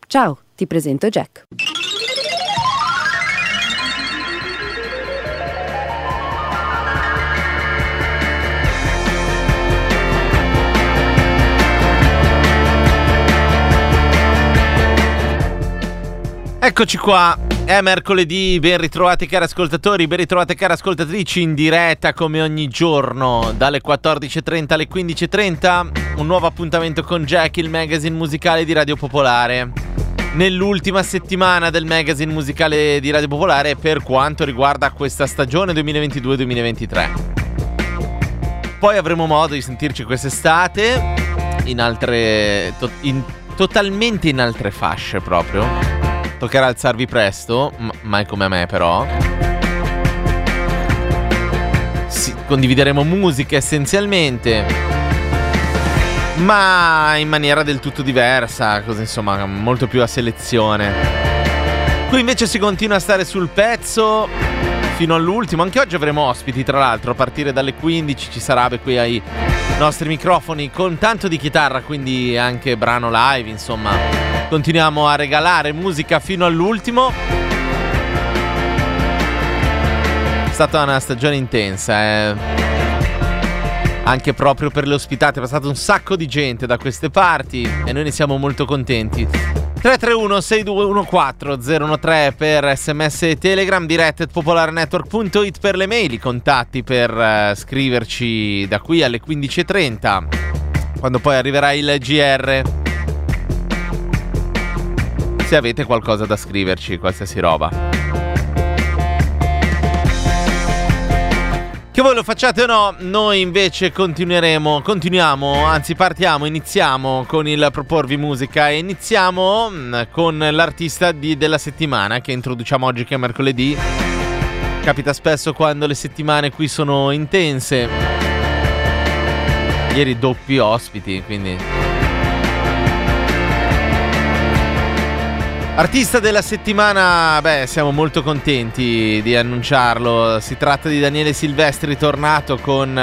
Ciao, ti presento Jack. Eccoci qua, è mercoledì, ben ritrovati cari ascoltatori, ben ritrovate cari ascoltatrici in diretta come ogni giorno dalle 14.30 alle 15.30, un nuovo appuntamento con Jack, il magazine musicale di Radio Popolare. Nell'ultima settimana del magazine musicale di Radio Popolare per quanto riguarda questa stagione 2022-2023. Poi avremo modo di sentirci quest'estate in altre, totalmente in altre fasce proprio. Toccherà alzarvi presto, mai come a me però. Condivideremo musica essenzialmente, ma in maniera del tutto diversa, così insomma molto più a selezione. Qui invece si continua a stare sul pezzo fino all'ultimo. Anche oggi avremo ospiti, tra l'altro a partire dalle 15 ci sarà qui ai nostri microfoni con tanto di chitarra, quindi anche brano live, insomma. Continuiamo a regalare musica fino all'ultimo. È stata una stagione intensa, anche proprio per le ospitate. È passato un sacco di gente da queste parti e noi ne siamo molto contenti. 331-6214-013 per SMS e Telegram, diretta@popolarenetwork.it per le mail, i contatti per scriverci da qui alle 15.30, quando poi arriverà il GR. Se avete qualcosa da scriverci, qualsiasi roba. Che voi lo facciate o no, noi invece iniziamo con il proporvi musica e iniziamo con l'artista della settimana che introduciamo oggi, che è mercoledì. Capita spesso quando le settimane qui sono intense. Ieri doppi ospiti, quindi... Artista della settimana, siamo molto contenti di annunciarlo. Si tratta di Daniele Silvestri, tornato con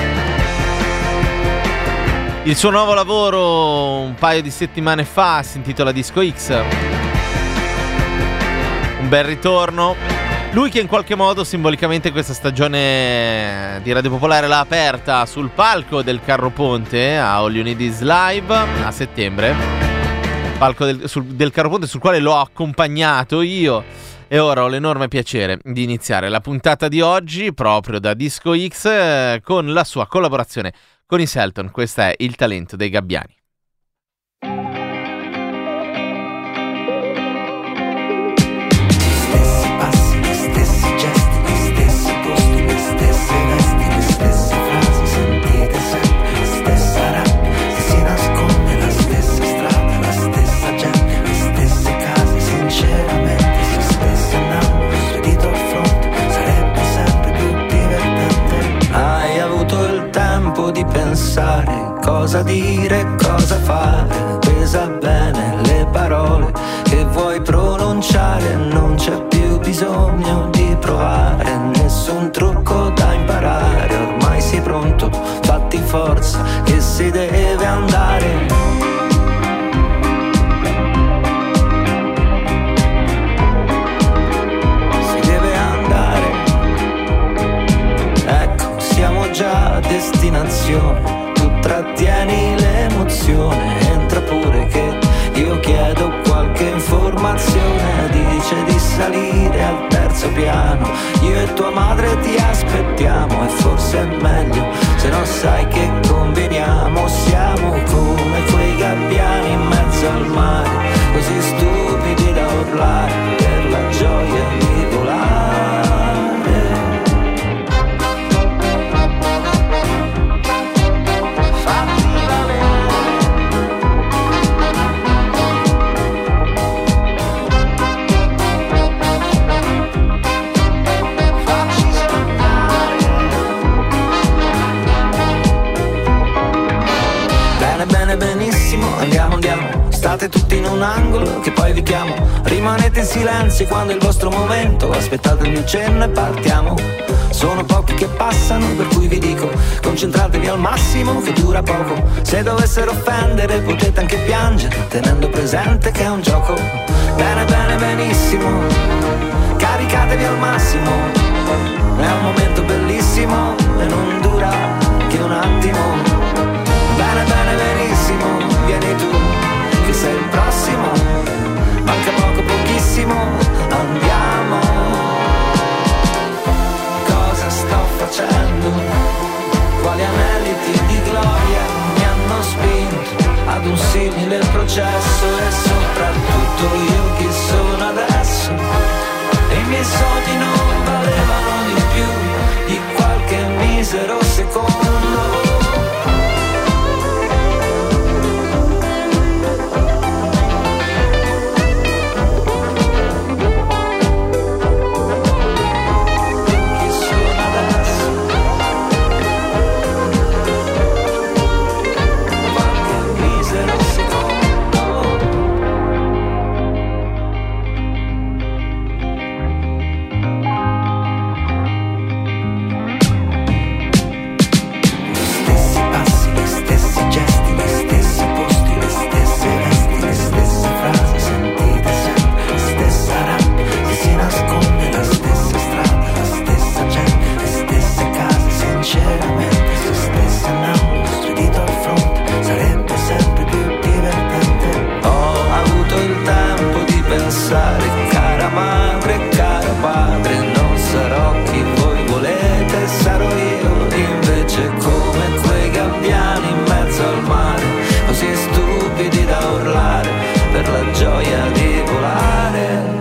il suo nuovo lavoro un paio di settimane fa, si intitola Disco X. Un bel ritorno. Lui che in qualche modo simbolicamente questa stagione di Radio Popolare l'ha aperta sul palco del Carro Ponte a All You Need Is Live a settembre. Palco del Carro Ponte sul quale l'ho accompagnato io, e ora ho l'enorme piacere di iniziare la puntata di oggi proprio da Disco X con la sua collaborazione con i Selton. Questo è Il talento dei gabbiani. Cosa dire, cosa fare, pesa bene le parole che vuoi pronunciare, non c'è più bisogno di provare, nessun trucco da imparare, ormai sei pronto, fatti forza che si deve andare. Si deve andare, ecco, siamo già a destinazione. Trattieni l'emozione, entra pure che io chiedo qualche informazione. Dice di salire al terzo piano, io e tua madre ti aspettiamo, e forse è meglio se non sai che combiniamo. Siamo come quei gabbiani in mezzo al mare, così stupidi da urlare per la gioia di volare. Benissimo, andiamo, state tutti in un angolo che poi vi chiamo, rimanete in silenzio quando è il vostro momento, aspettate il mio cenno e partiamo. Sono pochi che passano, per cui vi dico, concentratevi al massimo che dura poco. Se dovessero offendere potete anche piangere, tenendo presente che è un gioco. Bene, bene, benissimo, caricatevi al massimo. È un momento bellissimo e non dura che un attimo. Bene, bene, benissimo, vieni tu, che sei il prossimo. Manca poco, pochissimo, andiamo. Cosa sto facendo? Quali aneliti di gloria mi hanno spinto ad un simile processo? E soprattutto io chi sono adesso? E i miei sogni non valevano di più di qualche misero secondo. Cara madre, caro padre, non sarò chi voi volete, sarò io invece come quei gabbiani in mezzo al mare, così stupidi da urlare per la gioia di volare.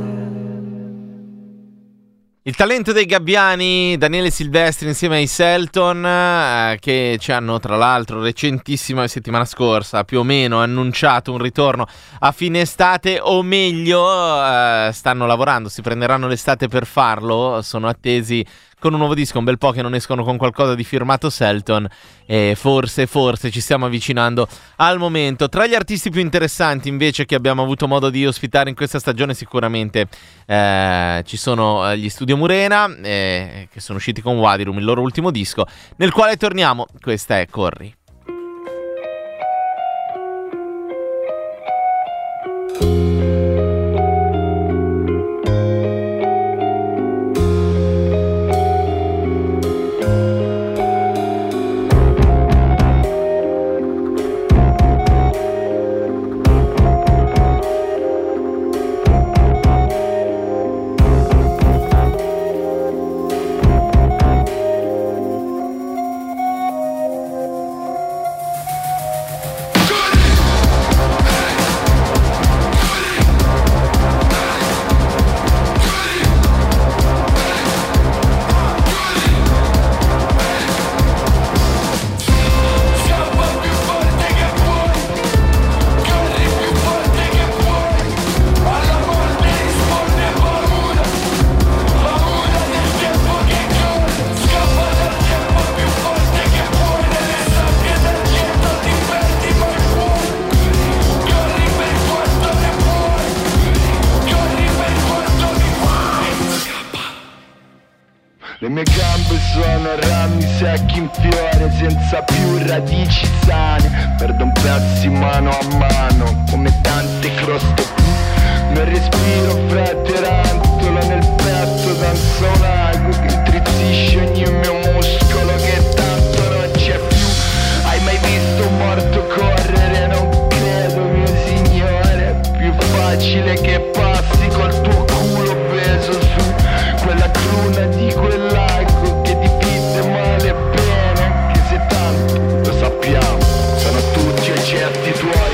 Il talento dei Gabbiani, Daniele Silvestri insieme ai Selton, che ci hanno tra l'altro recentissima settimana scorsa più o meno annunciato un ritorno a fine estate, o meglio stanno lavorando, si prenderanno l'estate per farlo, sono attesi con un nuovo disco, un bel po' che non escono con qualcosa di firmato Selton, e forse ci stiamo avvicinando al momento. Tra gli artisti più interessanti invece che abbiamo avuto modo di ospitare in questa stagione sicuramente ci sono gli Studio Murena, che sono usciti con Wadirum, il loro ultimo disco, nel quale torniamo. Questa è Corri. Le mie gambe sono rami secchi in fiore, senza più radici sane. Perdo un pezzi mano a mano, come tante croste. Nel respiro freddo e rantolo nel petto, danza un ago che intrizzisce ogni mio muscolo, che tanto non c'è più. Hai mai visto un morto correre? Non credo, mio signore. Più facile che passi col tuo culo peso su quella cruna di quel lago che divide male e bene, anche se tanto lo sappiamo, sono tutti oggetti tuoi.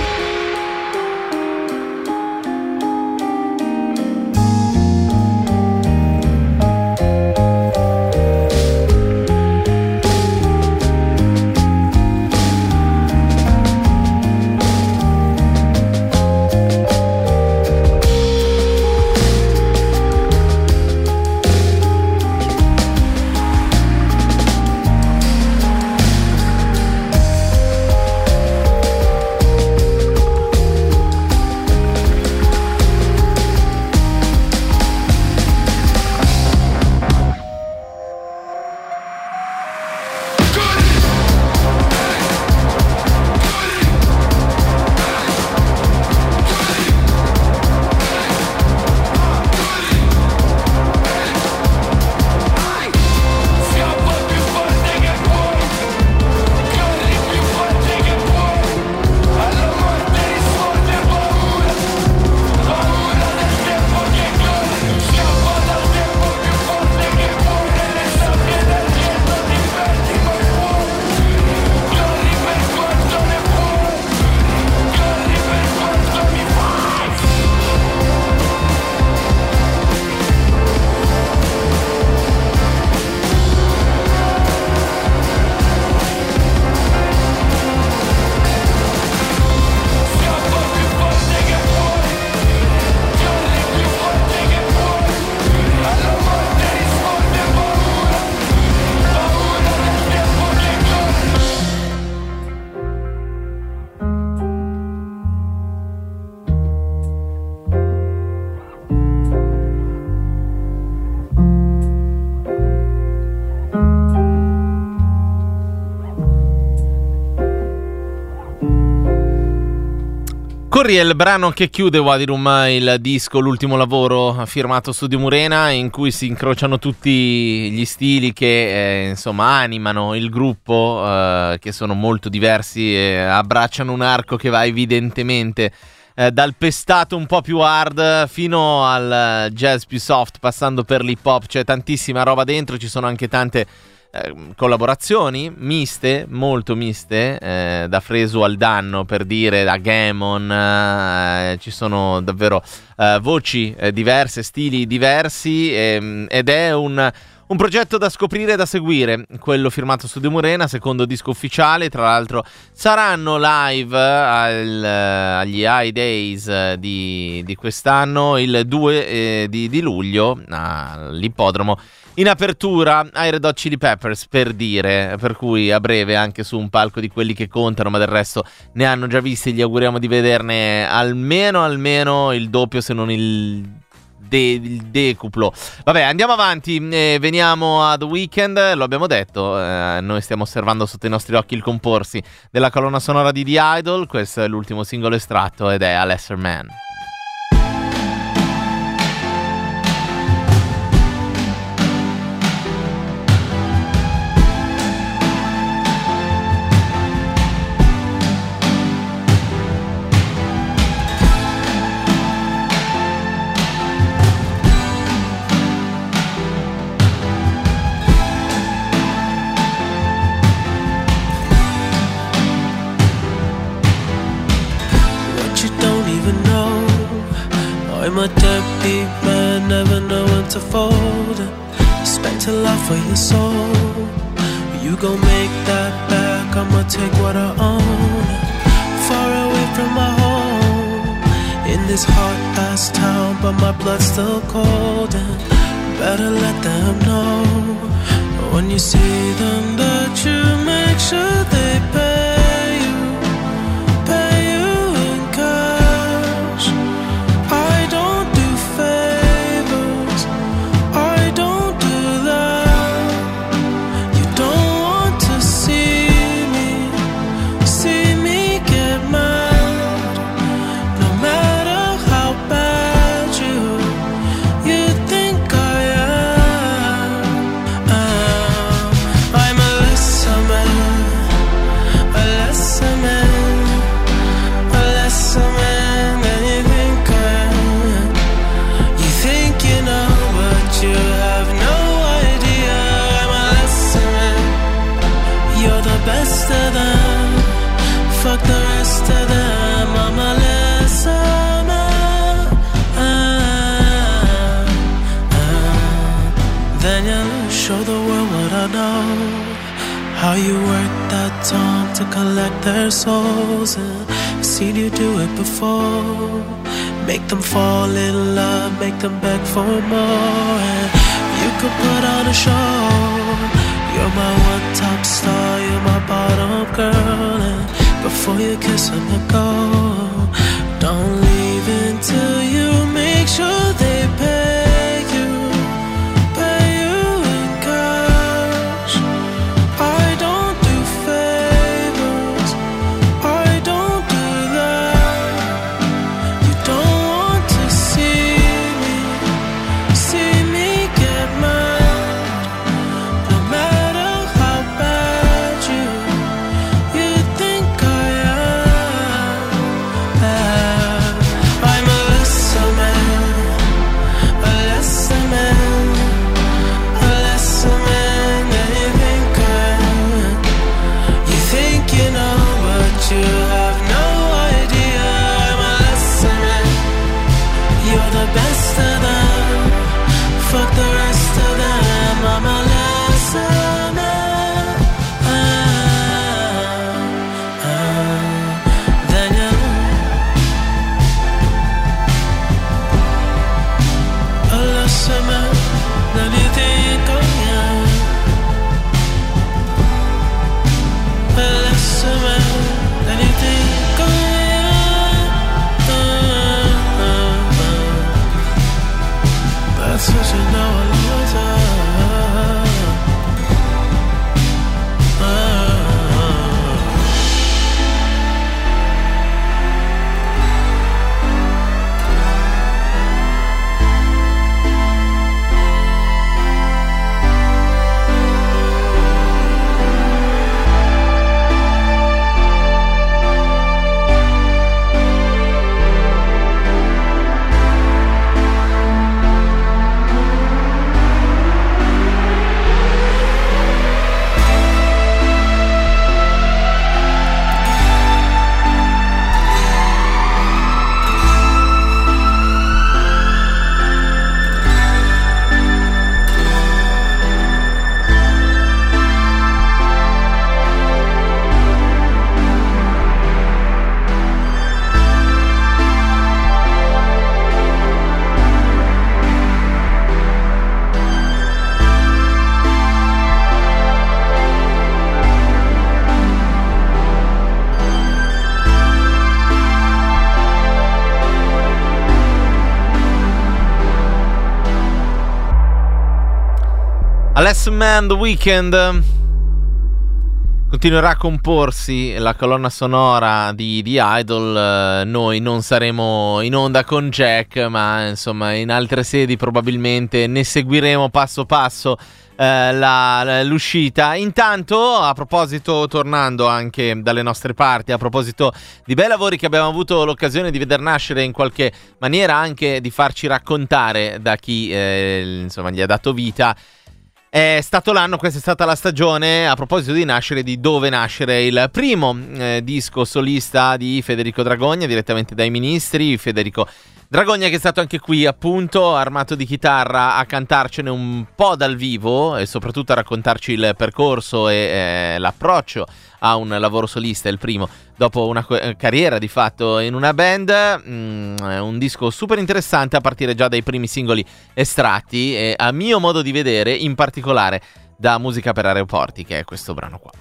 Corri è il brano che chiude Wadi Rum, il disco, l'ultimo lavoro firmato Studio Murena, in cui si incrociano tutti gli stili che insomma animano il gruppo, che sono molto diversi e abbracciano un arco che va evidentemente dal pestato un po' più hard fino al jazz più soft, passando per l'hip hop. C'è tantissima roba dentro, ci sono anche tante collaborazioni miste, molto miste, da Fresu al Danno, per dire, da Gammon, ci sono davvero voci diverse, stili diversi, ed è un progetto da scoprire e da seguire, quello firmato Studio Murena, secondo disco ufficiale. Tra l'altro saranno live agli High Days di quest'anno, il 2 di luglio all'ippodromo, in apertura ai Red Hot Chili Peppers, per dire, per cui a breve anche su un palco di quelli che contano, ma del resto ne hanno già visti. Gli auguriamo di vederne almeno il doppio, se non il decuplo. Vabbè, andiamo avanti, veniamo a The Weeknd. Lo abbiamo detto, noi stiamo osservando sotto i nostri occhi il comporsi della colonna sonora di The Idol. Questo è l'ultimo singolo estratto ed è A Lesser Man. I'm a deadbeat man, never know when to fold. Spent a lot for your soul. You gon' make that back, I'ma take what I own. Far away from my home, in this hot ass town, but my blood's still cold. And better let them know, when you see them, that you make sure they pay you in cash. I don't do favors, I don't do that. You don't want to see me get mad. No matter how bad you think I am. I'm a lesser man, a lesser man, a lesser man than you think I am. You think you know, but you have no idea. I'm a lesser man, you're the best of them. Fuck the rest of them, I'm a lesser man. Then you show the world what I know, how you work that tongue to collect their souls. And I've seen you do it before. Make them fall in love, make them beg for more. And you could put on a show. You're my one top star, you're my bottom girl. And before you kiss them, you go. Don't leave until you make sure they pay you in cash. I don't do favors, I don't do that. You don't want to see me get mad. No matter how bad you think I am. Last Man The Weeknd. Continuerà a comporsi la colonna sonora di Idol. Noi non saremo in onda con Jack, ma insomma in altre sedi probabilmente ne seguiremo passo passo l'uscita. Intanto, a proposito, tornando anche dalle nostre parti, a proposito di bei lavori che abbiamo avuto l'occasione di veder nascere, in qualche maniera anche di farci raccontare da chi insomma gli ha dato vita, è stato l'anno, questa è stata la stagione, a proposito di nascere, di dove nascere il primo disco solista di Federico Dragogna, direttamente dai Ministri. Federico Dragogna che è stato anche qui, appunto, armato di chitarra, a cantarcene un po' dal vivo e soprattutto a raccontarci il percorso e l'approccio a un lavoro solista, il primo, dopo una carriera di fatto in una band. Un disco super interessante a partire già dai primi singoli estratti e, a mio modo di vedere, in particolare da Musica per aeroporti, che è questo brano qua.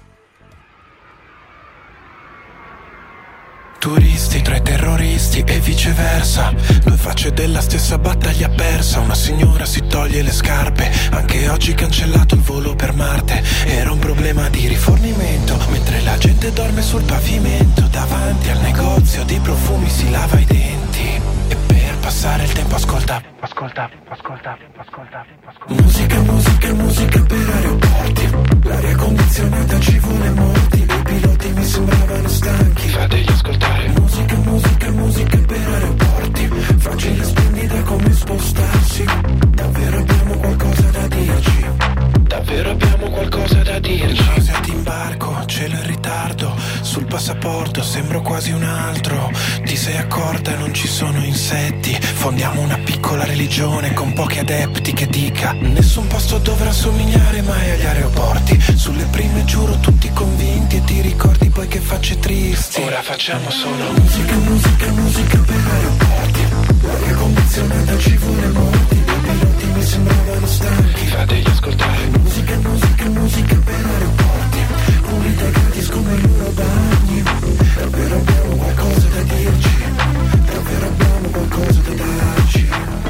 Turisti tra i terroristi e viceversa, due facce della stessa battaglia persa. Una signora si toglie le scarpe, anche oggi cancellato il volo per Marte. Era un problema di rifornimento, mentre la gente dorme sul pavimento. Davanti al negozio di profumi si lava i denti, e per passare il tempo ascolta. Musica, musica, musica per aeroporti. L'aria condizionata ci vuole morti. I piloti mi sembravano stanchi, fategli ascoltare. Musica, musica, musica per aeroporti. Facile, splendida come spostarsi. Davvero abbiamo qualcosa da dirci. Davvero abbiamo qualcosa da dirci. Siamo in barco, cielo in ritardo. Sul passaporto sembro quasi un altro. Ti sei accorta, non ci sono insetti. Fondiamo una piccola religione con pochi adepti che dica nessun posto dovrà somigliare mai agli aeroporti. Sulle prime giuro tutti convinti, e ti ricordi poi che facce tristi. Ora facciamo solo musica, musica, musica per aeroporti. L'aria condizionata ci vuole morti. I piloti mi sembravano stanchi, fategli ascoltare. Musica, musica, musica per aeroporti. Pulita gratis come i loro bagni. Davvero abbiamo qualcosa da dirci. Davvero abbiamo qualcosa da darci.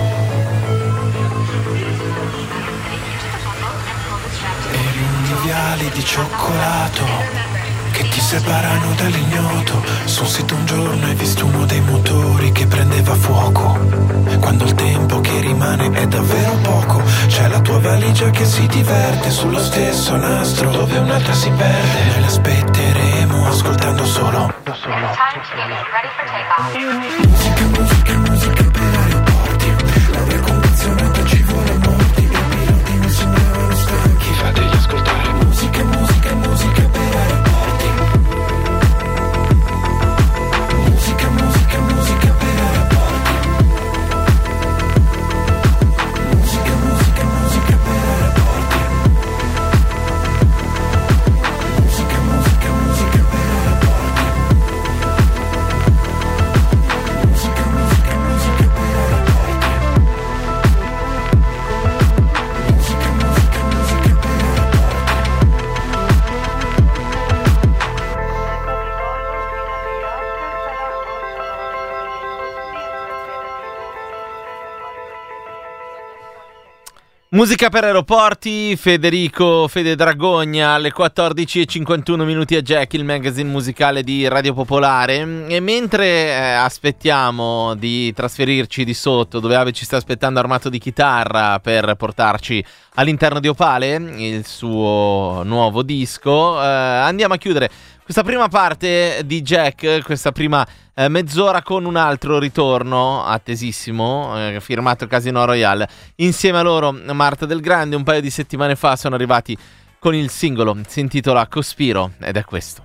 E lunghi viali di cioccolato che ti separano dall'ignoto. Sul sito un giorno hai visto uno dei motori che prendeva fuoco. Quando il tempo che rimane è davvero poco, c'è la tua valigia che si diverte sullo stesso nastro dove un'altra si perde. Noi l'aspetteremo ascoltando solo. Musica, musica, musica per aeroporti. L'aria condizionata ci vuole morti. I piloti mi sembravano stanchi, fategli ascoltare. Musica, musica, musica per aeroporti. Musica, musica, musica per aeroporti. Musica, musica, musica per aeroporti. Musica, musica, musica per aeroporti. Musica, musica, musica per aeroporti. Musica, musica, musica per Musica per aeroporti, Fede Dragogna, alle 14:51 minuti a Jack, il magazine musicale di Radio Popolare. E mentre aspettiamo di trasferirci di sotto, dove Ave ci sta aspettando armato di chitarra per portarci all'interno di Opale, il suo nuovo disco, andiamo a chiudere questa prima parte di Jack, questa prima mezz'ora, con un altro ritorno attesissimo, firmato Casino Royale. Insieme a loro Marta Del Grande, un paio di settimane fa sono arrivati con il singolo, si intitola Cospiro, ed è questo.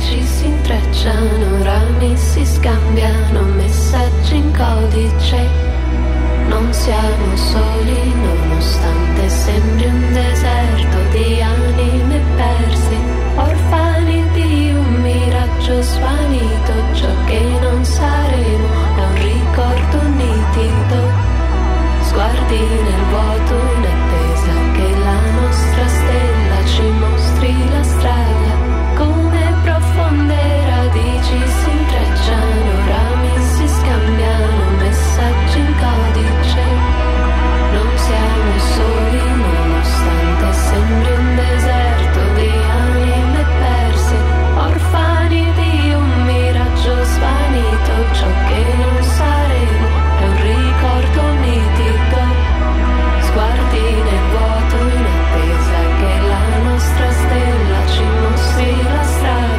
bici si intrecciano, rami si scambiano, messaggi in codice. Non siamo soli nonostante sembri un deserto di anime perse, orfani di un miraggio svanito. Ciò che non saremo è un ricordo nitido, sguardi nel vuoto in attesa che la nostra stella ci mostri la strada. Come profonde radici si intrecciano, rami si scambiano, messaggi in codice. Non siamo soli nonostante sembri un deserto di anime perse, orfani di un miraggio svanito. Ciò che non saremo è un ricordo nitido, sguardi nel vuoto in attesa che la nostra stella ci mostri la strada.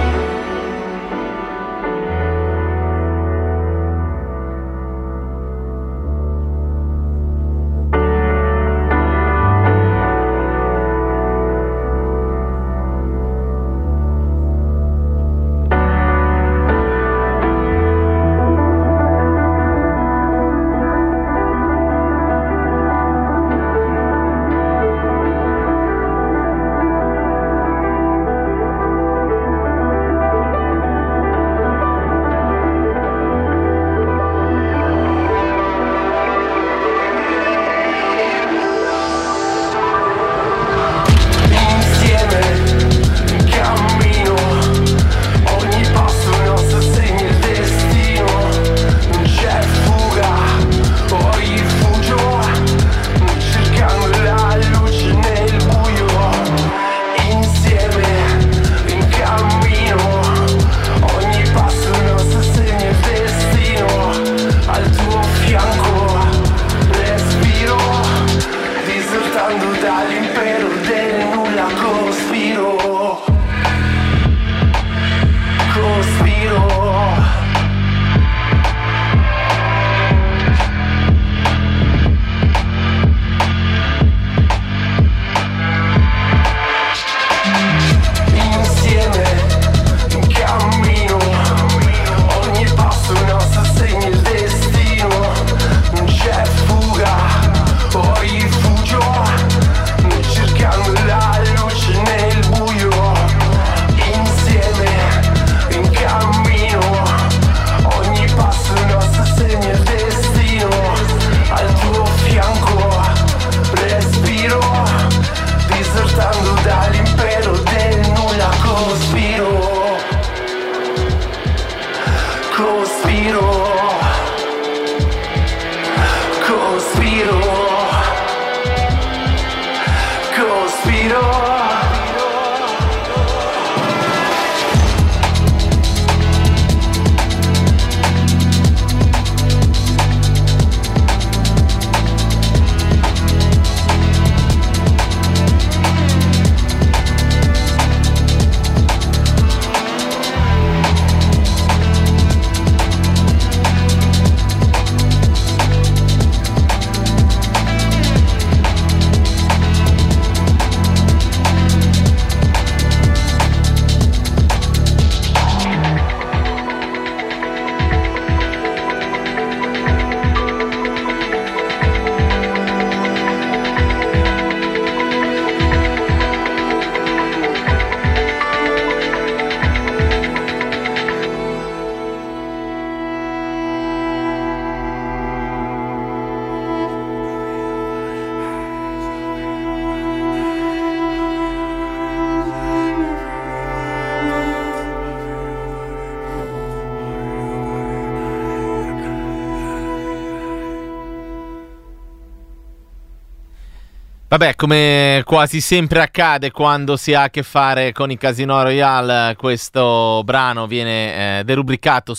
Vabbè, come quasi sempre accade quando si ha a che fare con i Casino Royale, questo brano viene derubricato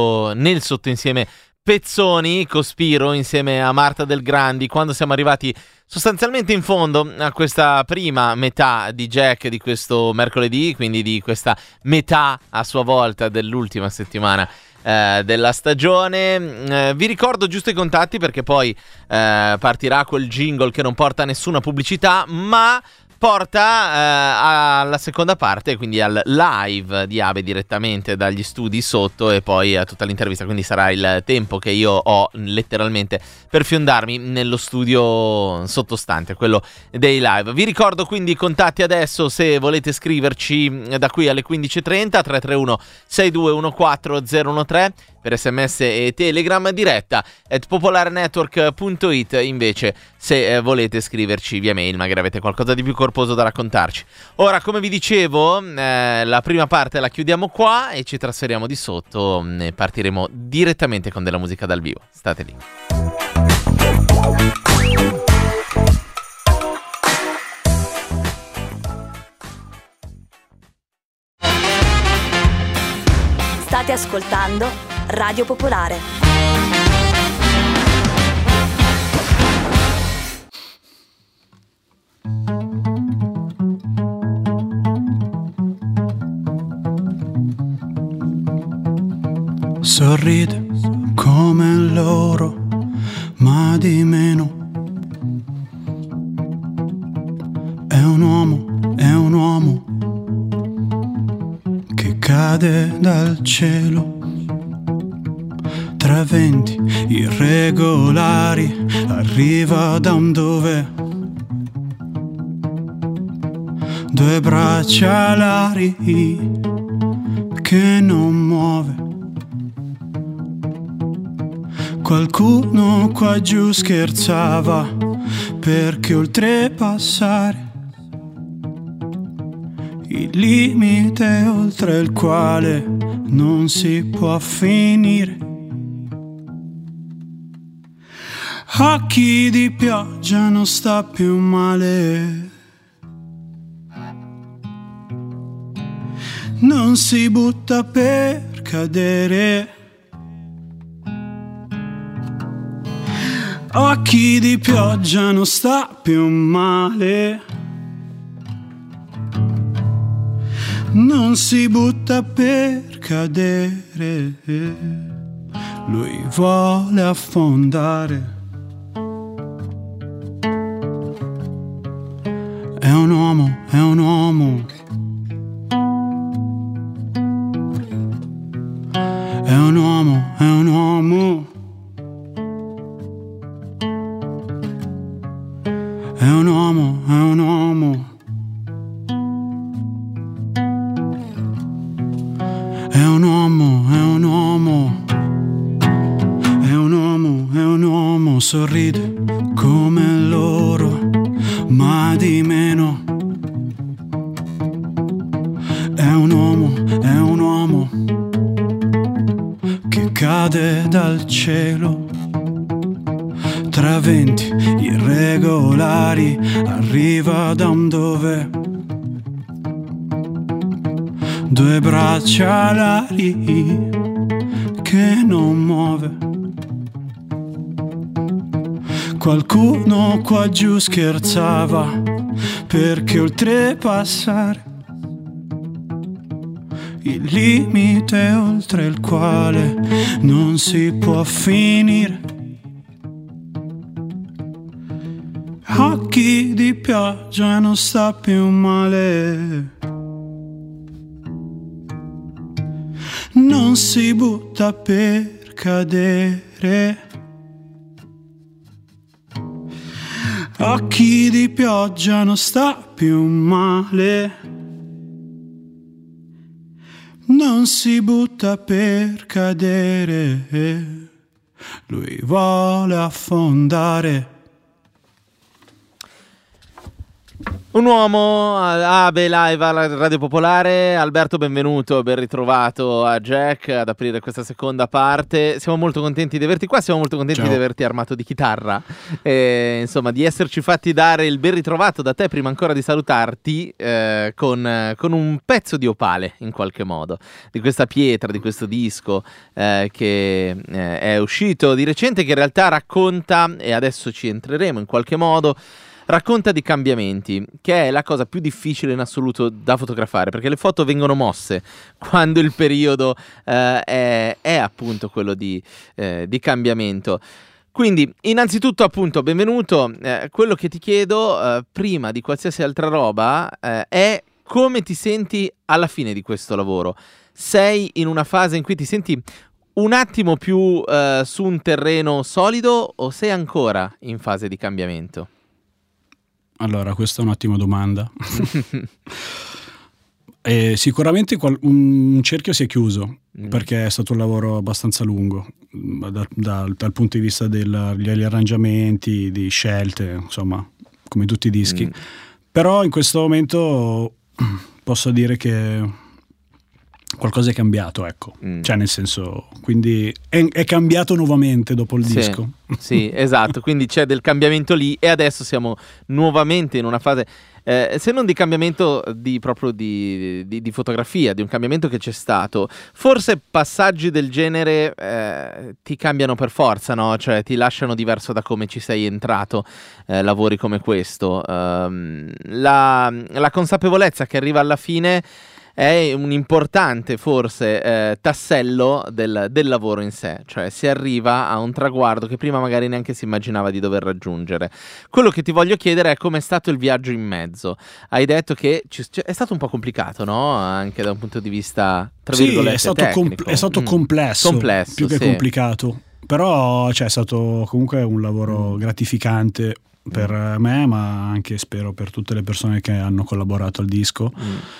nel sottoinsieme Pezzoni, Cospiro insieme a Marta Del Grandi, quando siamo arrivati sostanzialmente in fondo a questa prima metà di Jack di questo mercoledì, quindi di questa metà a sua volta dell'ultima settimana della stagione. Vi ricordo giusto i contatti perché poi partirà quel jingle che non porta nessuna pubblicità, ma porta alla seconda parte, quindi al live di Abe direttamente dagli studi sotto e poi a tutta l'intervista, quindi sarà il tempo che io ho letteralmente per fiondarmi nello studio sottostante, quello dei live. Vi ricordo quindi i contatti adesso se volete scriverci da qui alle 15.30, 331 6214 013 per SMS e Telegram, diretta @popolarenetwork.it invece se volete scriverci via mail, magari avete qualcosa di più corposo da raccontarci. Ora, come vi dicevo, la prima parte la chiudiamo qua e ci trasferiamo di sotto, partiremo direttamente con della musica dal vivo. State lì. State ascoltando Radio Popolare. Sorride come loro, ma di meno. È un uomo che cade dal cielo. Tra venti irregolari arriva da un dove. Due braccia alari che non muove. Qualcuno qua giù scherzava perché oltrepassare il limite oltre il quale non si può finire. Occhi di pioggia non sta più male. Non si butta per cadere. Occhi di pioggia non sta più male. Non si butta per cadere. Lui vuole affondare. È un uomo, è un uomo. È un uomo, è un uomo. È un uomo, è un uomo. È un uomo, è un uomo. È un uomo, è un uomo. Sorride come loro, ma di meno. È un uomo che cade dal cielo. Tra venti irregolari arriva da un dove. Due braccia alari che non muove. Qualcuno qua giù scherzava perché oltrepassare il limite oltre il quale non si può finire. Occhi di pioggia non sta più male. Non si butta per cadere. Occhi di pioggia non sta più male. Non si butta per cadere. Lui vuole affondare. Un uomo, Abe live alla Radio Popolare. Alberto, benvenuto, ben ritrovato a Jack ad aprire questa seconda parte. Siamo molto contenti di averti qua, siamo molto contenti di averti armato di chitarra, insomma di esserci fatti dare il ben ritrovato da te prima ancora di salutarti con un pezzo di opale in qualche modo, di questa pietra, di questo disco che è uscito di recente, che in realtà racconta, e adesso ci entreremo in qualche modo, racconta di cambiamenti, che è la cosa più difficile in assoluto da fotografare, perché le foto vengono mosse quando il periodo è appunto quello di cambiamento. Quindi, innanzitutto, appunto, benvenuto. Quello che ti chiedo, prima di qualsiasi altra roba, è come ti senti alla fine di questo lavoro. Sei in una fase in cui ti senti un attimo più su un terreno solido o sei ancora in fase di cambiamento? Allora, questa è un'ottima domanda. Sicuramente un cerchio si è chiuso perché è stato un lavoro abbastanza lungo dal punto di vista degli arrangiamenti, di scelte, insomma, come tutti i dischi. Però in questo momento posso dire che qualcosa è cambiato, ecco. Cioè, nel senso, quindi è cambiato nuovamente dopo il disco. Sì, esatto, quindi c'è del cambiamento lì e adesso siamo nuovamente in una fase, se non di cambiamento proprio di fotografia, di un cambiamento che c'è stato. Forse passaggi del genere ti cambiano per forza, no? Cioè ti lasciano diverso da come ci sei entrato, lavori come questo. La consapevolezza che arriva alla fine è un importante forse tassello del lavoro in sé, cioè si arriva a un traguardo che prima magari neanche si immaginava di dover raggiungere. Quello che ti voglio chiedere è com'è stato il viaggio in mezzo. Hai detto che è stato un po' complicato, no? Anche da un punto di vista, tra virgolette, tecnico. È stato complesso più che complicato, però è stato comunque un lavoro gratificante per me, ma anche spero per tutte le persone che hanno collaborato al disco.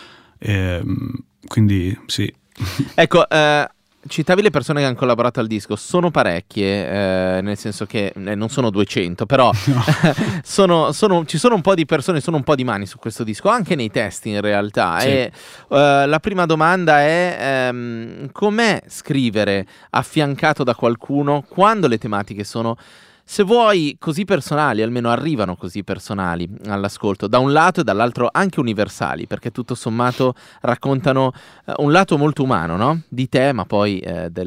Quindi sì. Ecco, citavi le persone che hanno collaborato al disco, sono parecchie, nel senso che non sono 200, però no. Ci sono un po' di persone, sono un po' di mani su questo disco, anche nei testi in realtà. Sì. E la prima domanda è com'è scrivere affiancato da qualcuno quando le tematiche sono, se vuoi, così personali, almeno arrivano così personali all'ascolto, da un lato e dall'altro anche universali, perché tutto sommato raccontano un lato molto umano, no? Di te, ma poi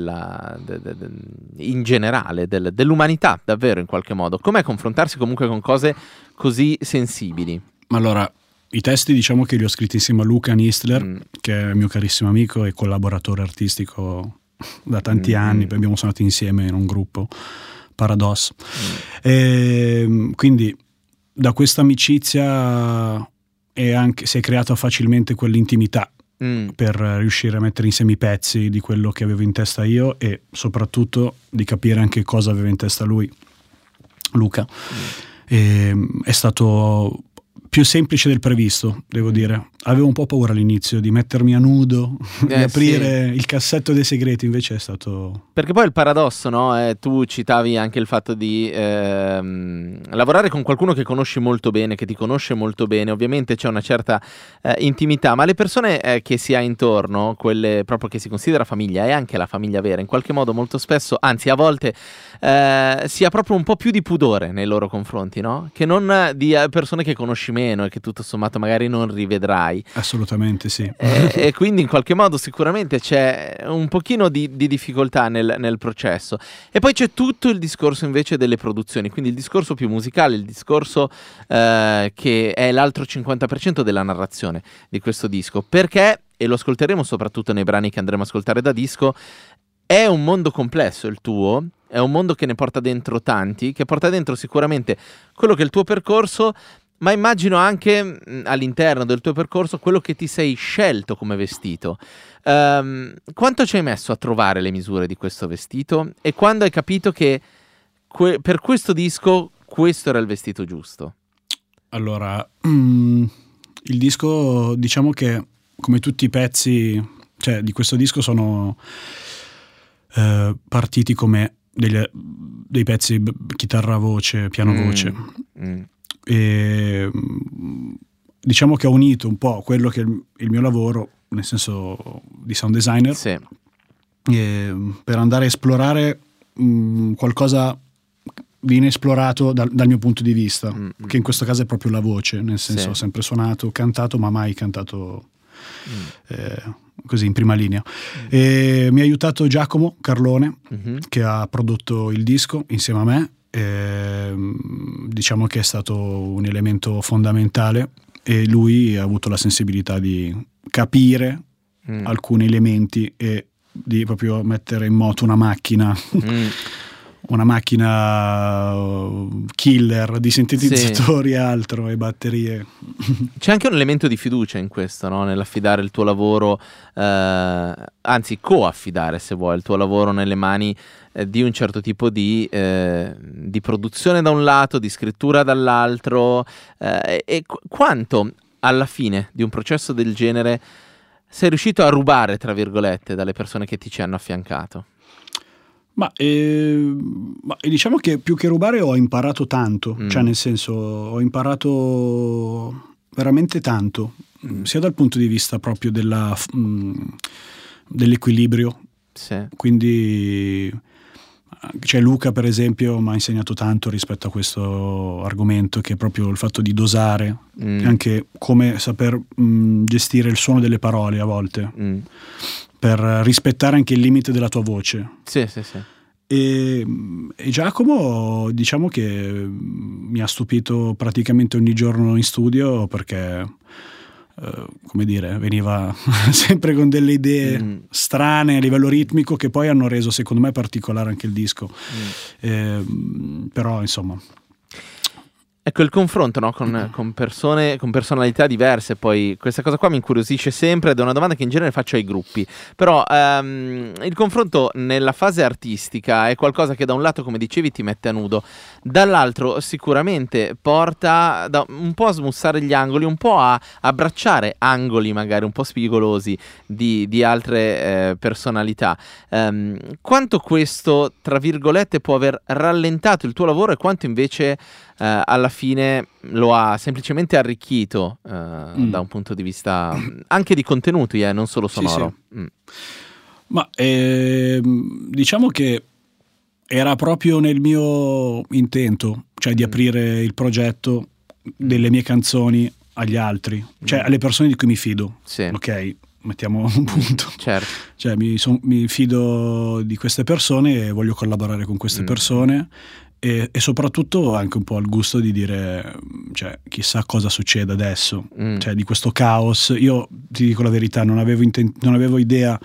in generale, dell'umanità, davvero, in qualche modo. Com'è confrontarsi comunque con cose così sensibili? Allora, i testi diciamo che li ho scritti insieme a Luca Nistler, che è il mio carissimo amico e collaboratore artistico da tanti anni, poi abbiamo suonato insieme in un gruppo, Paradoss. Quindi da questa amicizia si è creata facilmente quell'intimità per riuscire a mettere insieme i pezzi di quello che avevo in testa io e soprattutto di capire anche cosa aveva in testa lui, Luca. È stato più semplice del previsto, devo dire. Avevo un po' paura all'inizio di mettermi a nudo, di aprire il cassetto dei segreti, invece è stato... Perché poi il paradosso, no? Tu citavi anche il fatto di lavorare con qualcuno che conosci molto bene, che ti conosce molto bene, ovviamente c'è una certa intimità, ma le persone che si ha intorno, quelle proprio che si considera famiglia, e anche la famiglia vera, in qualche modo molto spesso, anzi a volte, si ha proprio un po' più di pudore nei loro confronti, no? Che non di persone che conosci meno e che tutto sommato magari non rivedrai. Assolutamente sì. E quindi in qualche modo sicuramente c'è un pochino di difficoltà nel processo. E poi c'è tutto il discorso invece delle produzioni, quindi il discorso più musicale, il discorso che è l'altro 50% della narrazione di questo disco, perché, e lo ascolteremo soprattutto nei brani che andremo a ascoltare da disco, è un mondo complesso il tuo, è un mondo che ne porta dentro tanti, che porta dentro sicuramente quello che è il tuo percorso, ma immagino anche all'interno del tuo percorso quello che ti sei scelto come vestito. Quanto ci hai messo a trovare le misure di questo vestito e quando hai capito che per questo disco questo era il vestito giusto? Allora, il disco, diciamo che come tutti i pezzi, cioè di questo disco sono partiti come dei pezzi chitarra voce, piano voce. E diciamo che ho unito un po' quello che è il mio lavoro, nel senso di sound designer, sì, per andare a esplorare qualcosa di inesplorato dal mio punto di vista, che in questo caso è proprio la voce, nel senso ho sempre suonato, cantato, ma mai cantato così in prima linea. E mi ha aiutato Giacomo Carlone, che ha prodotto il disco insieme a me. Diciamo che è stato un elemento fondamentale e lui ha avuto la sensibilità di capire alcuni elementi e di proprio mettere in moto una macchina una macchina killer di sintetizzatori e altro e batterie. C'è anche un elemento di fiducia in questo, no? Nell'affidare il tuo lavoro, anzi co-affidare se vuoi il tuo lavoro nelle mani di un certo tipo di produzione da un lato, di scrittura dall'altro, e quanto alla fine di un processo del genere sei riuscito a rubare, tra virgolette, dalle persone che ti ci hanno affiancato? Ma diciamo che più che rubare ho imparato tanto, cioè nel senso ho imparato veramente tanto, sia dal punto di vista proprio dell'equilibrio. Sì. Quindi cioè Luca per esempio mi ha insegnato tanto rispetto a questo argomento, che è proprio il fatto di dosare, anche come saper gestire il suono delle parole a volte, per rispettare anche il limite della tua voce. Sì. E Giacomo diciamo che mi ha stupito praticamente ogni giorno in studio, perché come dire, veniva sempre con delle idee strane a livello ritmico, che poi hanno reso secondo me particolare anche il disco. Però insomma, ecco, il confronto, no? con persone, con personalità diverse, poi questa cosa qua mi incuriosisce sempre, ed è una domanda che in genere faccio ai gruppi, però il confronto nella fase artistica è qualcosa che da un lato, come dicevi, ti mette a nudo, dall'altro sicuramente porta un po' a smussare gli angoli, un po' a abbracciare angoli magari un po' spigolosi di altre personalità. Quanto questo, tra virgolette, può aver rallentato il tuo lavoro, e quanto invece alla fine lo ha semplicemente arricchito da un punto di vista anche di contenuti, non solo sonoro. Sì. Ma diciamo che era proprio nel mio intento, cioè di aprire il progetto delle mie canzoni agli altri, cioè alle persone di cui mi fido. Sì. Ok, mettiamo un punto. Certo. Cioè mi fido di queste persone e voglio collaborare con queste persone. E soprattutto anche un po' al gusto di dire, cioè, chissà cosa succede adesso, cioè di questo caos. Io ti dico la verità, non avevo idea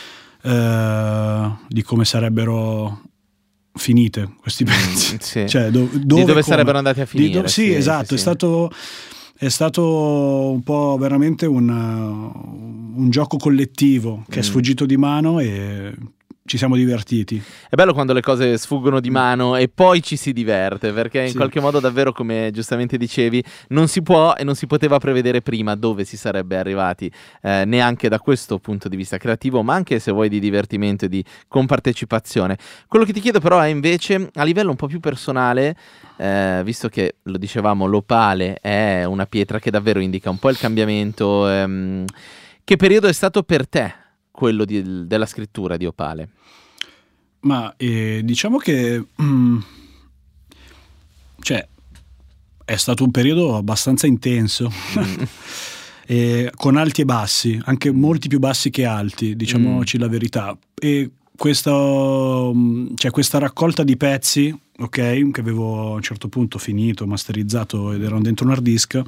di come sarebbero finite questi pezzi, sì. Cioè di dove sarebbero andati a finire. Sì, esatto, sì. È stato un po' veramente un gioco collettivo che è sfuggito di mano e ci siamo divertiti. È bello quando le cose sfuggono di mano e poi ci si diverte, perché in qualche modo davvero, come giustamente dicevi, non si può e non si poteva prevedere prima dove si sarebbe arrivati, neanche da questo punto di vista creativo, ma anche, se vuoi, di divertimento e di compartecipazione. Quello che ti chiedo però è invece a livello un po' più personale, visto che, lo dicevamo, l'opale è una pietra che davvero indica un po' il cambiamento, che periodo è stato per te quello della scrittura di Opale? Ma diciamo che cioè è stato un periodo abbastanza intenso, con alti e bassi, anche molti più bassi che alti, diciamoci la verità. E questa raccolta di pezzi, ok, che avevo a un certo punto finito, masterizzato ed erano dentro un hard disk,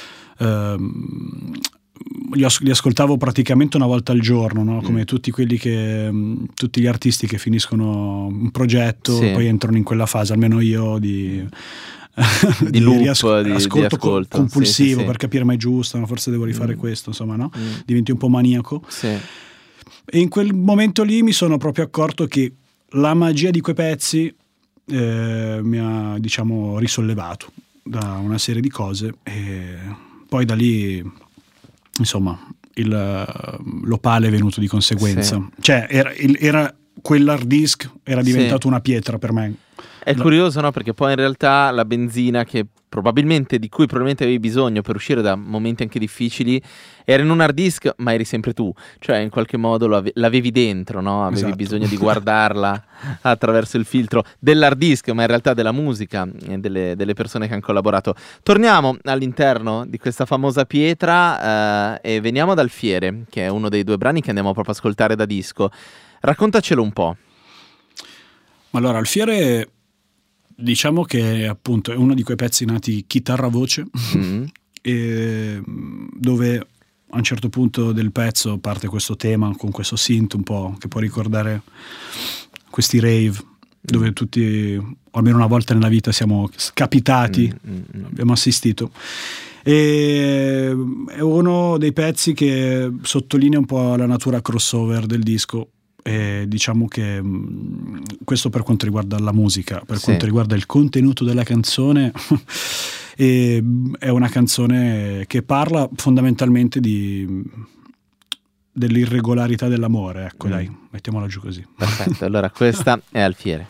li ascoltavo praticamente una volta al giorno, no? Come tutti gli artisti che finiscono un progetto, poi entrano in quella fase, almeno io di loop, di ascolto compulsivo, per capire ma è giusto, no? Forse devo rifare questo, insomma, no? Diventi un po' maniaco. Sì. E in quel momento lì mi sono proprio accorto che la magia di quei pezzi mi ha, diciamo, risollevato da una serie di cose, e poi da lì, insomma, l'Opale è venuto di conseguenza. Sì. Cioè era quell'hard disk era diventato una pietra per me. È curioso, no? Perché poi in realtà la benzina di cui probabilmente avevi bisogno per uscire da momenti anche difficili era in un hard disk, ma eri sempre tu, cioè in qualche modo l'avevi dentro, no? Avevi Esatto. bisogno di guardarla attraverso il filtro dell'hard disk, ma in realtà della musica e delle persone che hanno collaborato. Torniamo all'interno di questa famosa pietra e veniamo dal Fiere, che è uno dei due brani che andiamo proprio a ascoltare da disco. Raccontacelo un po'. Allora, il Fiere, diciamo che appunto è uno di quei pezzi nati chitarra-voce, e dove a un certo punto del pezzo parte questo tema con questo synth un po' che può ricordare questi rave, dove tutti, almeno una volta nella vita, siamo capitati, abbiamo assistito. E è uno dei pezzi che sottolinea un po' la natura crossover del disco. E diciamo che questo per quanto riguarda la musica, per quanto riguarda il contenuto della canzone, è una canzone che parla fondamentalmente dell'irregolarità dell'amore, ecco, dai, mettiamola giù così. Perfetto, allora questa è Alfiere.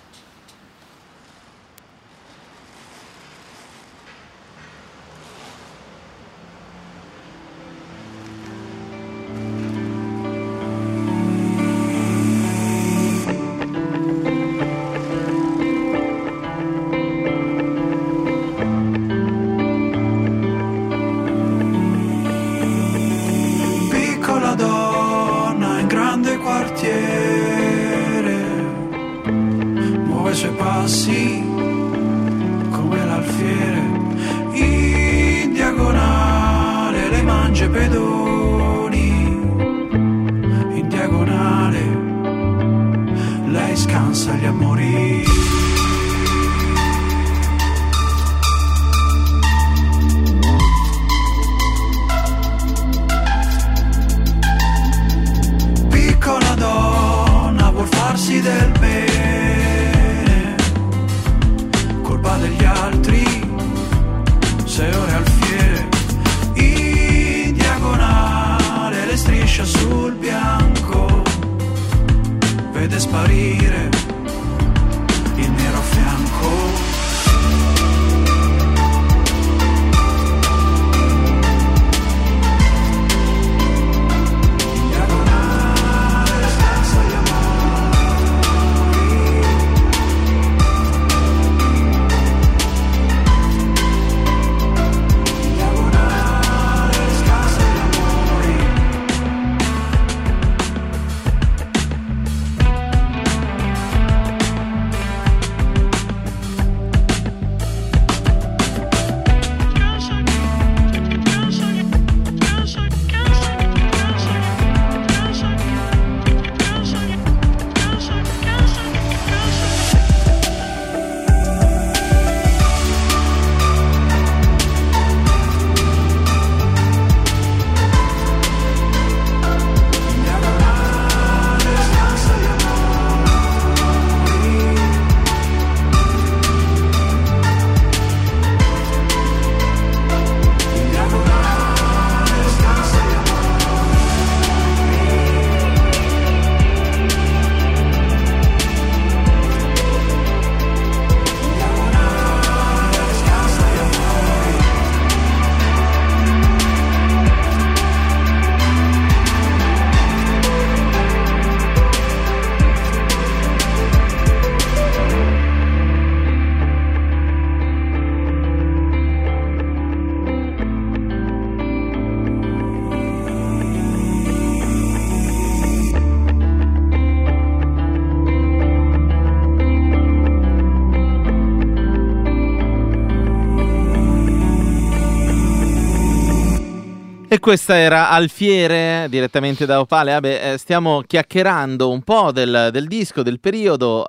E questa era Alfiere, direttamente da Opale. Stiamo chiacchierando un po' del disco, del periodo,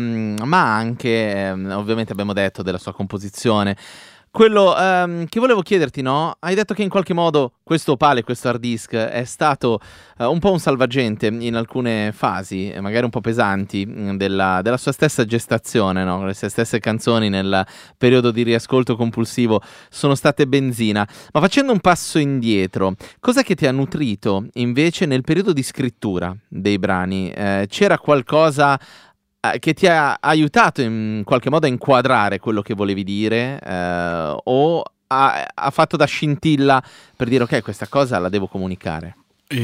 ma anche, ovviamente abbiamo detto, della sua composizione. Quello che volevo chiederti, no? Hai detto che in qualche modo questo Opale, questo hard disk è stato un po' un salvagente in alcune fasi, magari un po' pesanti, della sua stessa gestazione, no? Le sue stesse canzoni nel periodo di riascolto compulsivo sono state benzina. Ma facendo un passo indietro, cos'è che ti ha nutrito invece nel periodo di scrittura dei brani? C'era qualcosa che ti ha aiutato in qualche modo a inquadrare quello che volevi dire, o ha fatto da scintilla per dire ok, questa cosa la devo comunicare?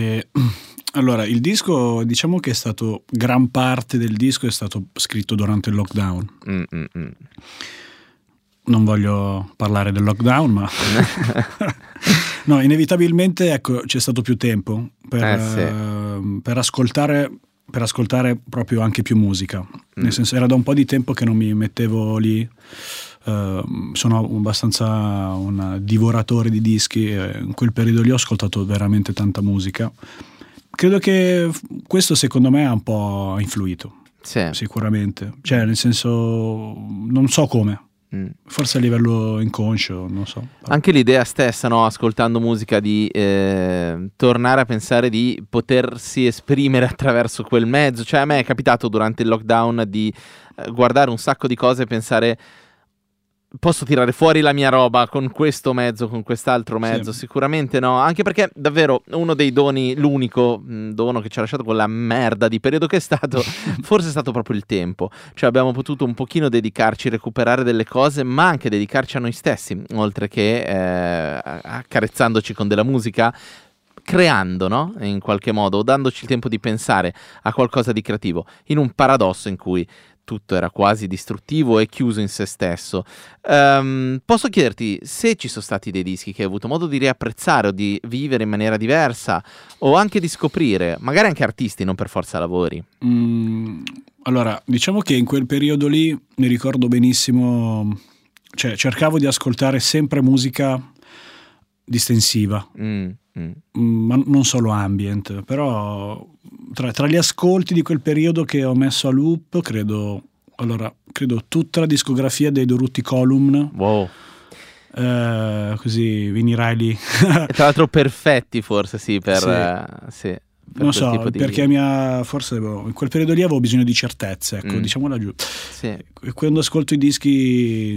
Allora, il disco, diciamo che è stato, gran parte del disco è stato scritto durante il lockdown. Non voglio parlare del lockdown, ma no, inevitabilmente, ecco, c'è stato più tempo per ascoltare proprio anche più musica. Nel senso, era da un po' di tempo che non mi mettevo lì. Sono abbastanza un divoratore di dischi, in quel periodo lì ho ascoltato veramente tanta musica. Credo che questo, secondo me, ha un po' influito. Sì. Sicuramente, cioè nel senso non so come, forse a livello inconscio, non so. Anche l'idea stessa, no? Ascoltando musica, di tornare a pensare di potersi esprimere attraverso quel mezzo. Cioè a me è capitato durante il lockdown di guardare un sacco di cose e pensare: posso tirare fuori la mia roba con questo mezzo, con quest'altro mezzo? Sì. Sicuramente no, anche perché davvero uno dei doni, l'unico dono che ci ha lasciato quella merda di periodo che è stato, forse è stato proprio il tempo. Cioè abbiamo potuto un pochino dedicarci, recuperare delle cose, ma anche dedicarci a noi stessi, oltre che accarezzandoci con della musica, creando, no? In qualche modo, dandoci il tempo di pensare a qualcosa di creativo, in un paradosso in cui tutto era quasi distruttivo e chiuso in se stesso. Posso chiederti se ci sono stati dei dischi che hai avuto modo di riapprezzare o di vivere in maniera diversa, o anche di scoprire, magari anche artisti, non per forza lavori? Allora, diciamo che in quel periodo lì mi ricordo benissimo, cioè cercavo di ascoltare sempre musica distensiva, ma non solo ambient, però tra gli ascolti di quel periodo che ho messo a loop, credo tutta la discografia dei Dorutti Column. Wow. Così Vini Riley. E tra l'altro perfetti forse, sì, per sì. Non so, perché forse in quel periodo lì avevo bisogno di certezze, ecco, diciamola giù. Sì. E quando ascolto i dischi,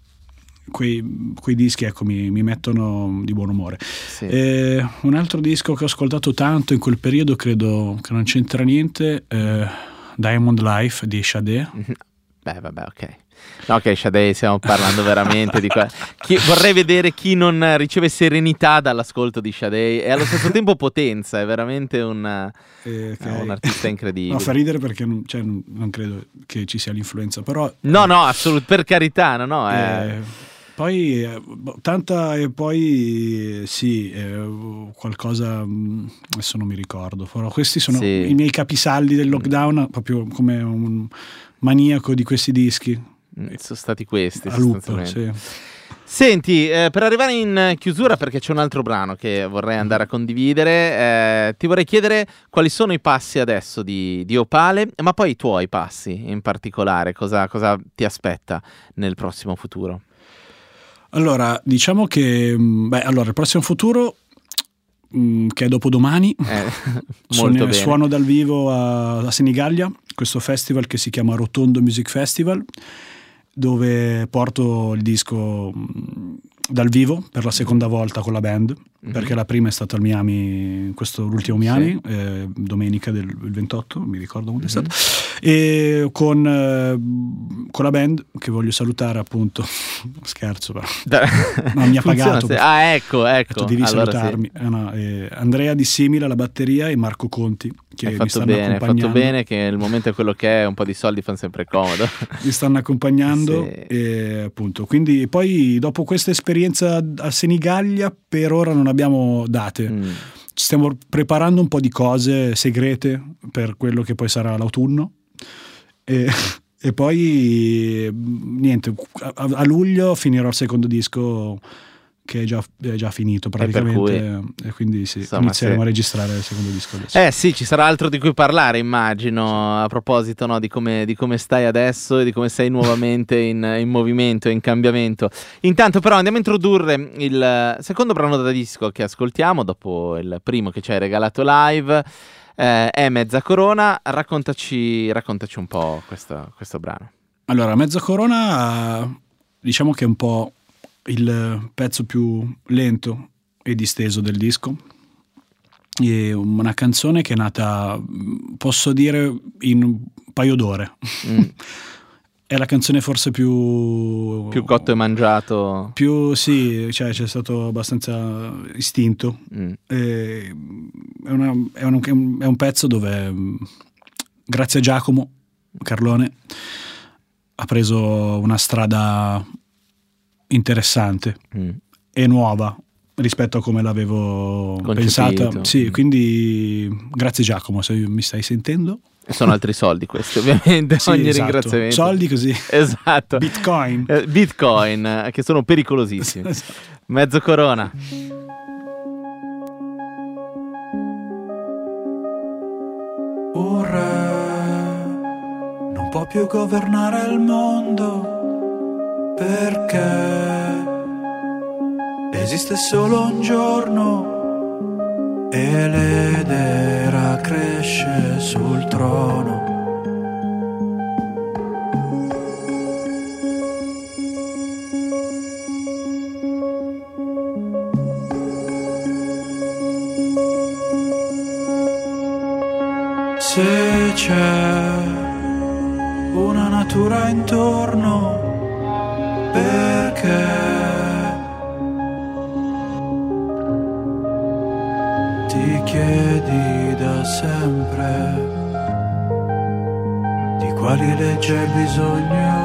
quei dischi, ecco, mi mettono di buon umore. Sì. Un altro disco che ho ascoltato tanto in quel periodo, credo che non c'entra niente, Diamond Life di Sade. Beh, vabbè, ok. No, ok, Sade, stiamo parlando veramente di vorrei vedere chi non riceve serenità dall'ascolto di Sade e allo stesso tempo potenza. È veramente un artista incredibile. No, fa ridere perché non credo che ci sia l'influenza, però no, assolutamente, per carità, no. Poi tanta, e poi sì, qualcosa, adesso non mi ricordo, però questi sono i miei capisaldi del lockdown, proprio come un maniaco di questi dischi. Sono stati questi a loop, sì. Senti, per arrivare in chiusura, perché c'è un altro brano che vorrei andare a condividere, ti vorrei chiedere quali sono i passi adesso di Opale, ma poi i tuoi passi in particolare, cosa ti aspetta nel prossimo futuro? Allora, diciamo che il prossimo futuro, che è dopodomani, suono dal vivo a Senigallia, questo festival che si chiama Rotondo Music Festival, dove porto il disco dal vivo per la seconda volta con la band, perché la prima è stata al Miami, l'ultimo Miami, domenica del 28, mi ricordo quando è stato, e con la band, che voglio salutare, appunto. Scherzo, però non mi ha pagato. Ecco. Devi salutarmi. Sì. Andrea Di Simile alla batteria e Marco Conti, che mi stanno accompagnando. Hai fatto bene, che il momento è quello che è, un po' di soldi fanno sempre comodo. Mi stanno accompagnando, e appunto, quindi poi dopo questa esperienza a Senigallia per ora non abbiamo date. Ci stiamo preparando un po' di cose segrete per quello che poi sarà l'autunno, e poi niente, a luglio finirò il secondo disco, che è già finito praticamente, e quindi inizieremo a registrare il secondo disco adesso. Sì, ci sarà altro di cui parlare, immagino, a proposito, no, di come stai adesso e di come sei nuovamente in movimento e in cambiamento. Intanto però andiamo a introdurre il secondo brano da disco che ascoltiamo dopo il primo che ci hai regalato live. È Mezza Corona. Raccontaci un po' questo brano. Allora, Mezza Corona, diciamo che è un po' il pezzo più lento e disteso del disco. È una canzone che è nata, posso dire, in un paio d'ore. È la canzone forse più cotto e mangiato. Sì, cioè c'è stato abbastanza istinto. È un pezzo dove, grazie a Giacomo Carlone, ha preso una strada interessante e nuova rispetto a come l'avevo pensata. Sì, quindi grazie Giacomo, se mi stai sentendo. Sono altri soldi questi, ovviamente. Sì, ogni esatto. Ringraziamento. Soldi così. Esatto. Bitcoin, che sono pericolosissimi. Esatto. Mezzo Corona. Ora più governare il mondo, perché esiste solo un giorno e l'edera cresce sul trono. Se c'è una natura intorno, perché ti chiedi da sempre di quali leggi hai bisogno?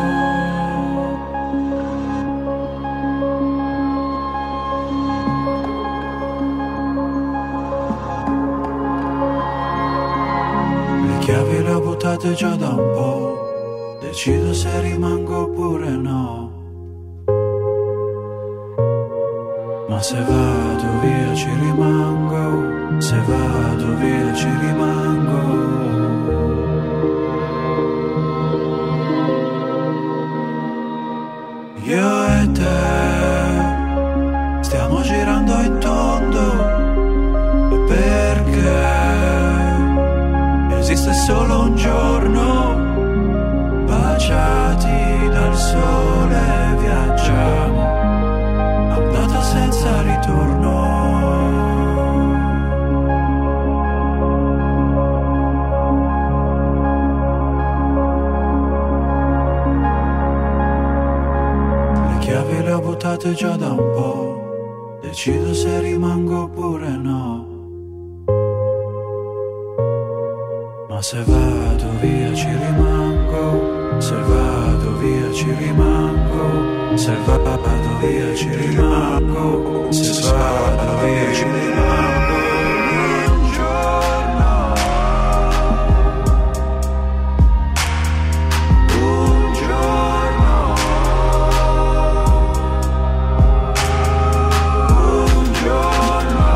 Chiavi le ho buttate già da un po', decido se rimango oppure no. Ma se vado via ci rimango, se vado via ci rimango. Io e te stiamo girando in tondo, perché esiste solo un giorno, baciati dal sole viaggiamo, andata senza ritorno. Le chiavi le ho buttate già da un po', decido se rimango oppure no. Ma se vado via ci rimango, se vado via ci rimango, se vado via ci rimango, se vado via ci rimango. Un giorno, un giorno, un giorno.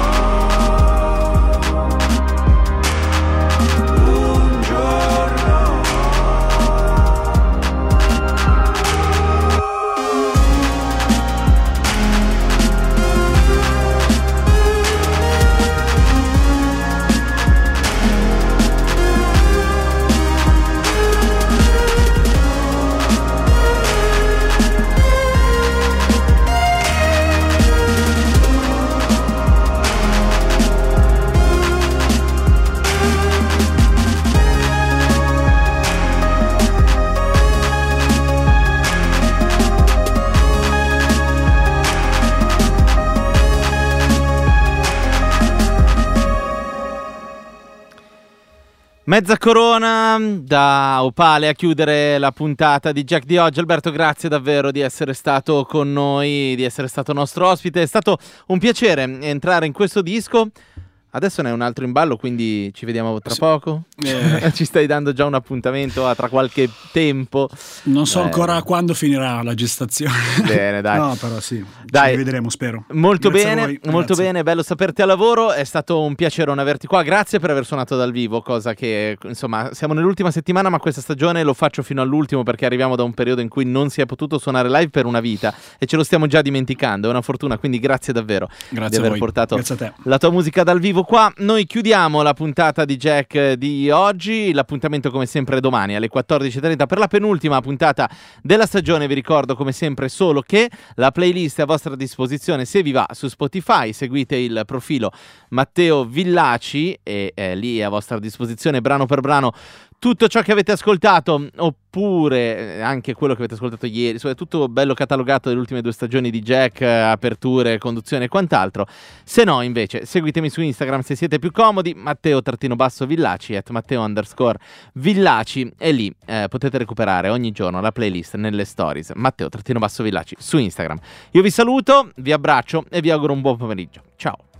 Mezza corona da Opale a chiudere la puntata di Jack di oggi. Alberto, grazie davvero di essere stato con noi, di essere stato nostro ospite. È stato un piacere entrare in questo disco. Adesso ne è un altro in ballo, quindi ci vediamo tra poco. Ci stai dando già un appuntamento a tra qualche tempo. Non so ancora quando finirà la gestazione. Bene, dai. No, però sì, dai. Ci rivedremo, spero. Molto Grazie bene, molto bene, bello saperti a lavoro. È stato un piacere averti qua. Grazie per aver suonato dal vivo, cosa che, insomma, siamo nell'ultima settimana, ma questa stagione lo faccio fino all'ultimo perché arriviamo da un periodo in cui non si è potuto suonare live per una vita e ce lo stiamo già dimenticando. È una fortuna, quindi grazie davvero di aver portato la tua musica dal vivo qua. Noi chiudiamo la puntata di Jack di oggi. L'appuntamento come sempre è domani alle 14.30 per la penultima puntata della stagione. Vi ricordo come sempre solo che la playlist è a vostra disposizione se vi va su Spotify. Seguite il profilo Matteo Villaci e lì è a vostra disposizione brano per brano tutto ciò che avete ascoltato, oppure anche quello che avete ascoltato ieri, soprattutto bello catalogato delle ultime 2 stagioni di Jack, aperture, conduzione e quant'altro. Se no, invece, seguitemi su Instagram se siete più comodi, Matteo_Villaci, @Matteo_Villaci, e lì potete recuperare ogni giorno la playlist nelle stories, Matteo_Villaci su Instagram. Io vi saluto, vi abbraccio e vi auguro un buon pomeriggio. Ciao!